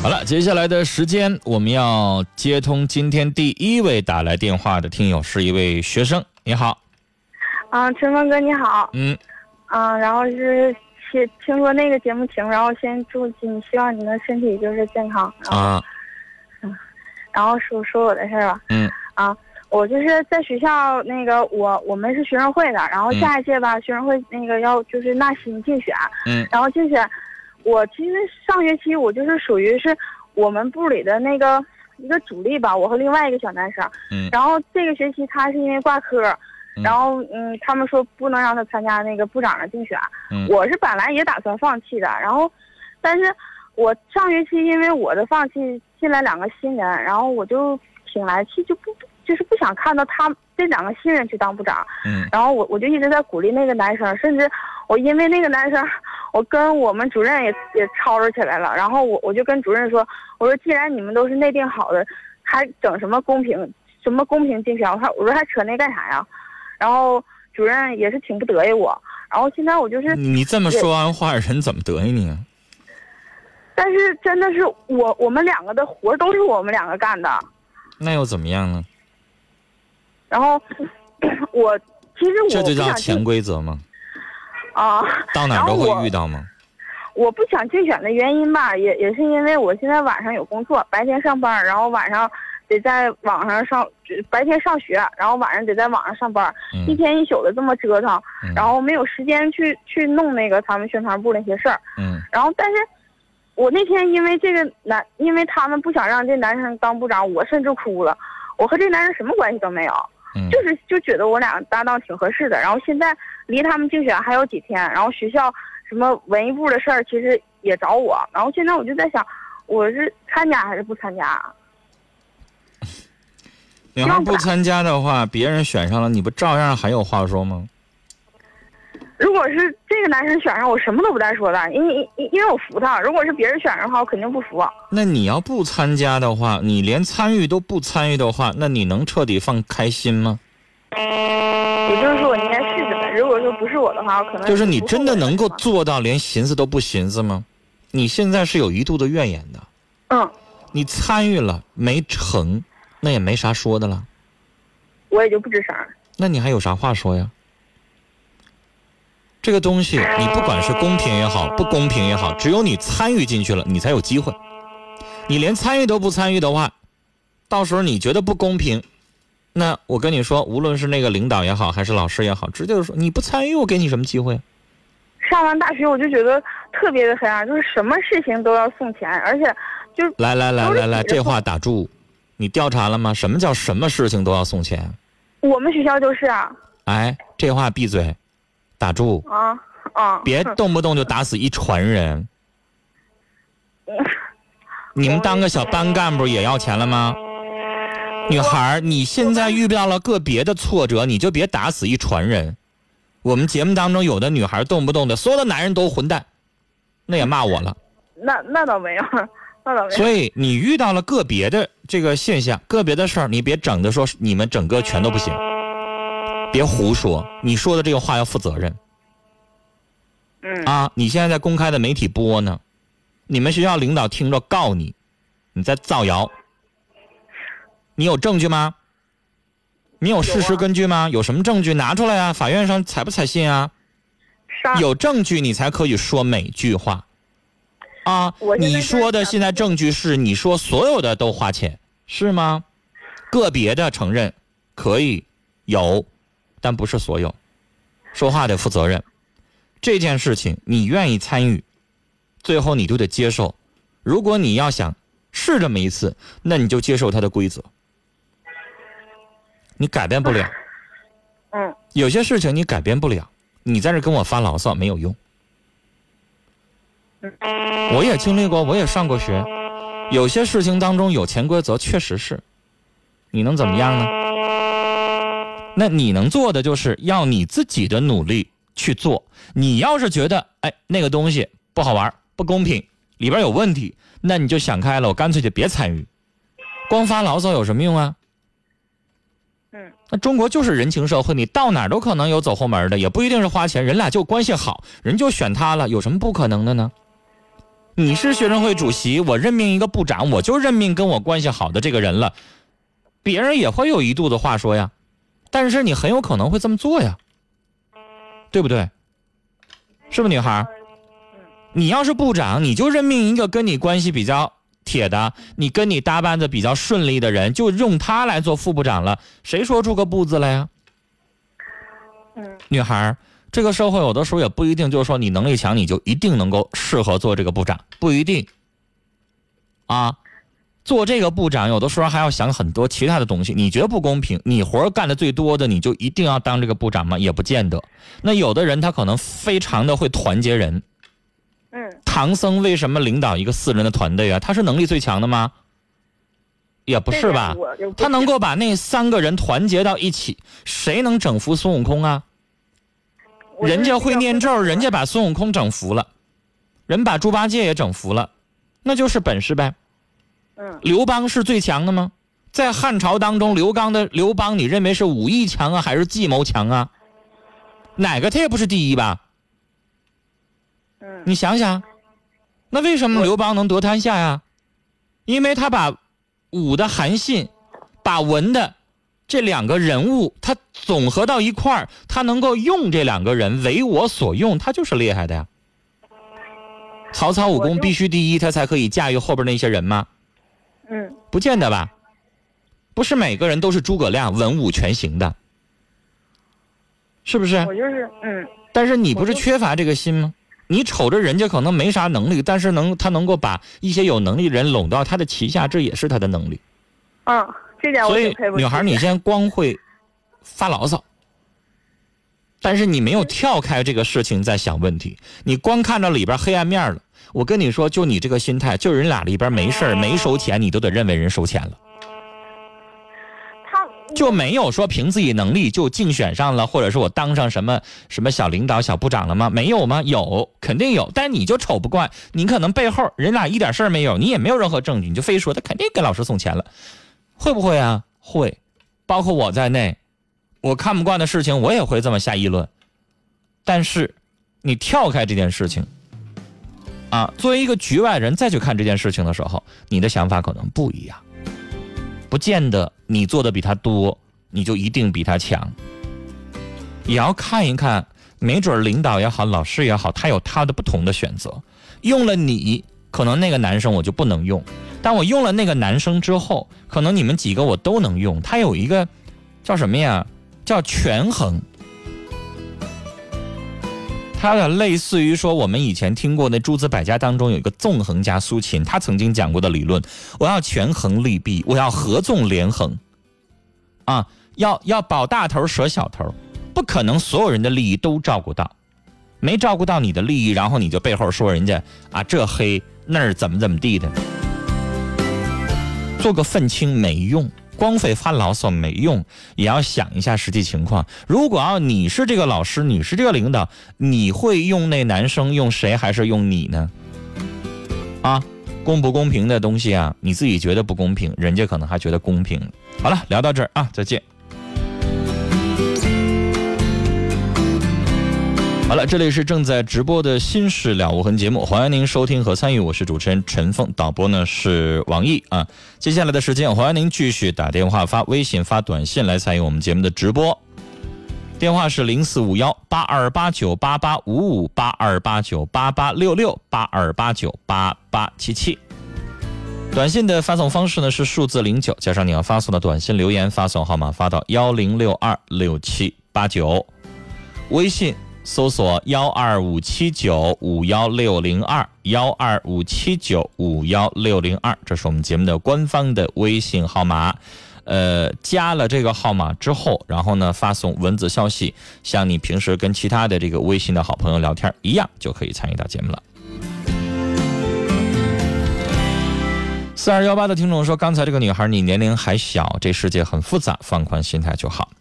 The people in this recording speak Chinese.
好了，接下来的时间我们要接通今天第一位打来电话的听友，是一位学生。你好。 春风哥你好。然后是听说那个节目停，然后先祝你，希望你能身体就是健康。然后说我的事儿吧。我就是在学校那个我们是学生会的，然后下一届吧，学生会那个要就是纳新竞选。然后竞选，我其实上学期我就是属于是我们部里的那个一个主力吧，我和另外一个小男生。然后这个学期他是因为挂科，然后他们说不能让他参加那个部长的竞选。我是本来也打算放弃的，然后但是我上学期因为我的放弃进来2个新人，然后我就挺来气，就是不想看到他这2个新人去当部长。然后我就一直在鼓励那个男生，甚至我因为那个男生，我跟我们主任也吵吵起来了。然后我就跟主任说，我说既然你们都是内定好的，还整什么公平竞选？我说还扯那干啥呀？然后主任也是挺不得意我。然后现在我就是你这么说完话，人怎么得意你啊？ 但是真的是我们2个的活都是我们2个干的。 那又怎么样呢？ 然后其实这就叫潜规则吗？到哪儿都会遇到吗？ 我不想竞选的原因吧，也是因为我现在晚上有工作，白天上班，然后晚上得在网上白天上学，然后晚上得在网上上班，一天一宿的这么折腾，然后没有时间去弄那个他们宣传部那些事儿。然后但是我那天因为他们不想让这男生当部长，我甚至哭了。我和这男生什么关系都没有，就觉得我俩搭档挺合适的。然后现在离他们竞选还有几天，然后学校什么文艺部的事儿其实也找我，然后现在我就在想，我是参加还是不参加？ 你要不参加的话，别人选上了，你不照样还有话说吗？ 如果是这个男生选上，我什么都不带说的，因为我服他。如果是别人选上的话，我肯定不服。 那你要不参加的话，你连参与都不参与的话，那你能彻底放开心吗？ 也就是说，我应该试试呗。如果说不是我的话，我可能就是你真的能够做到连寻思都不寻思吗？你现在是有一度的怨言的。你参与了没成，那也没啥说的了。 我也就不吱声。 那你还有啥话说呀？这个东西你不管是公平也好，不公平也好，只有你参与进去了，你才有机会。你连参与都不参与的话，到时候你觉得不公平，那我跟你说，无论是那个领导也好，还是老师也好，直接就说你不参与，我给你什么机会？ 上完大学我就觉得特别的黑暗，就是什么事情都要送钱，而且就来，这话打住。你调查了吗？什么叫什么事情都要送钱？ 我们学校就是啊。 这话闭嘴。打住！别动不动就打死一船人。你们当个小班干部也要钱了吗？女孩，你现在遇到了个别的挫折，你就别打死一船人。我们节目当中有的女孩动不动的所有的男人都混蛋，那也骂我了。 那倒没有，那倒没有。 所以你遇到了个别的这个现象，个别的事儿，你别整的说你们整个全都不行。别胡说，你说的这个话要负责任。你现在在公开的媒体播呢，你们学校领导听着告你，你在造谣。你有证据吗？你有事实根据吗？有什么证据拿出来啊？法院上采不采信啊？有证据你才可以说每句话。你说的现在证据是你说所有的都花钱，是吗？个别的承认可以有，但不是所有。说话得负责任。这件事情你愿意参与，最后你就得接受。如果你要想试这么一次，那你就接受它的规则。你改变不了。有些事情你改变不了，你在这跟我发牢骚没有用。我也经历过，我也上过学，有些事情当中有潜规则，确实是。你能怎么样呢？那你能做的就是要你自己的努力去做。你要是觉得那个东西不好玩，不公平，里边有问题，那你就想开了，我干脆就别参与。光发牢骚有什么用啊？那中国就是人情社会，你到哪儿都可能有走后门的，也不一定是花钱，人俩就关系好，人就选他了，有什么不可能的呢？ 你是学生会主席，我任命一个部长，我就任命跟我关系好的这个人了，别人也会有一肚子话说呀，但是你很有可能会这么做呀，对不对？是不是女孩？你要是部长，你就任命一个跟你关系比较铁的，你跟你搭班子比较顺利的人，就用他来做副部长了，谁说出个不字来呀？女孩，这个社会有的时候也不一定就是说你能力强你就一定能够适合做这个部长，不一定啊。做这个部长有的时候还要想很多其他的东西，你觉得不公平，你活干的最多的你就一定要当这个部长吗？也不见得。那有的人他可能非常的会团结人，唐僧为什么领导一个4人的团队啊？他是能力最强的吗？也不是吧，他能够把那3个人团结到一起，谁能整服孙悟空啊？人家会念咒，人家把孙悟空整服了，人把猪八戒也整服了，那就是本事呗。刘邦是最强的吗？在汉朝当中，刘邦你认为是武艺强啊，还是计谋强啊？哪个他也不是第一吧？你想想，那为什么刘邦能得天下呀？因为他把武的韩信，把文的这2个人物，他总合到一块儿，他能够用这2个人为我所用，他就是厉害的呀。曹操武功必须第一，他才可以驾驭后边那些人吗？不见得吧，不是每个人都是诸葛亮文武全行的，是不是？ 我就是但是你不是缺乏这个心吗？你瞅着人家可能没啥能力，但是他能够把一些有能力人拢到他的旗下，这也是他的能力。 这点我也佩服。 所以女孩，你现在光会发牢骚，但是你没有跳开这个事情在想问题，你光看到里边黑暗面了。我跟你说，就你这个心态，就人俩里边没事没收钱，你都得认为人收钱了。就没有说凭自己能力就竞选上了，或者是我当上什么小领导小部长了吗？没有吗？有，肯定有，但你就瞅不惯，你可能背后人俩一点事儿没有，你也没有任何证据，你就非说他肯定给老师送钱了，会不会啊？会，包括我在内，我看不惯的事情我也会这么下议论。但是你跳开这件事情啊，作为一个局外人再去看这件事情的时候，你的想法可能不一样，不见得你做的比他多你就一定比他强，也要看一看，没准领导也好老师也好，他有他的不同的选择。用了你，可能那个男生我就不能用，但我用了那个男生之后，可能你们几个我都能用。他有一个叫什么呀，叫权衡，它的类似于说我们以前听过的诸子百家当中有一个纵横家苏秦，他曾经讲过的理论，我要权衡利弊，我要合纵连横啊，要保大头舍小头，不可能所有人的利益都照顾到，没照顾到你的利益，然后你就背后说人家啊这黑那儿怎么地的，做个愤青没用，光费发牢骚没用，也要想一下实际情况。如果要你是这个老师，你是这个领导，你会用那男生用谁还是用你呢？啊，公不公平的东西啊，你自己觉得不公平，人家可能还觉得公平。好了，聊到这儿啊，再见。好了，这里是正在直播的新事了无痕节目，欢迎您收听和参与，我是主持人陈凤，导播呢是王毅啊。接下来的时间，欢迎您继续打电话、发微信、发短信来参与我们节目的直播。电话是0451-8289-8855，8289-8866，8289-8877。短信的发送方式呢是数字09加上你要发送的短信留言发送号码发到10626789，微信搜索125795160212579516022，这是我们节目的官方的微信号码。加了这个号码之后，然后呢发送文字消息，像你平时跟其他的这个微信的好朋友聊天一样，就可以参与到节目了。4218的听众说，刚才这个女孩你年龄还小，这世界很复杂，放宽心态就好。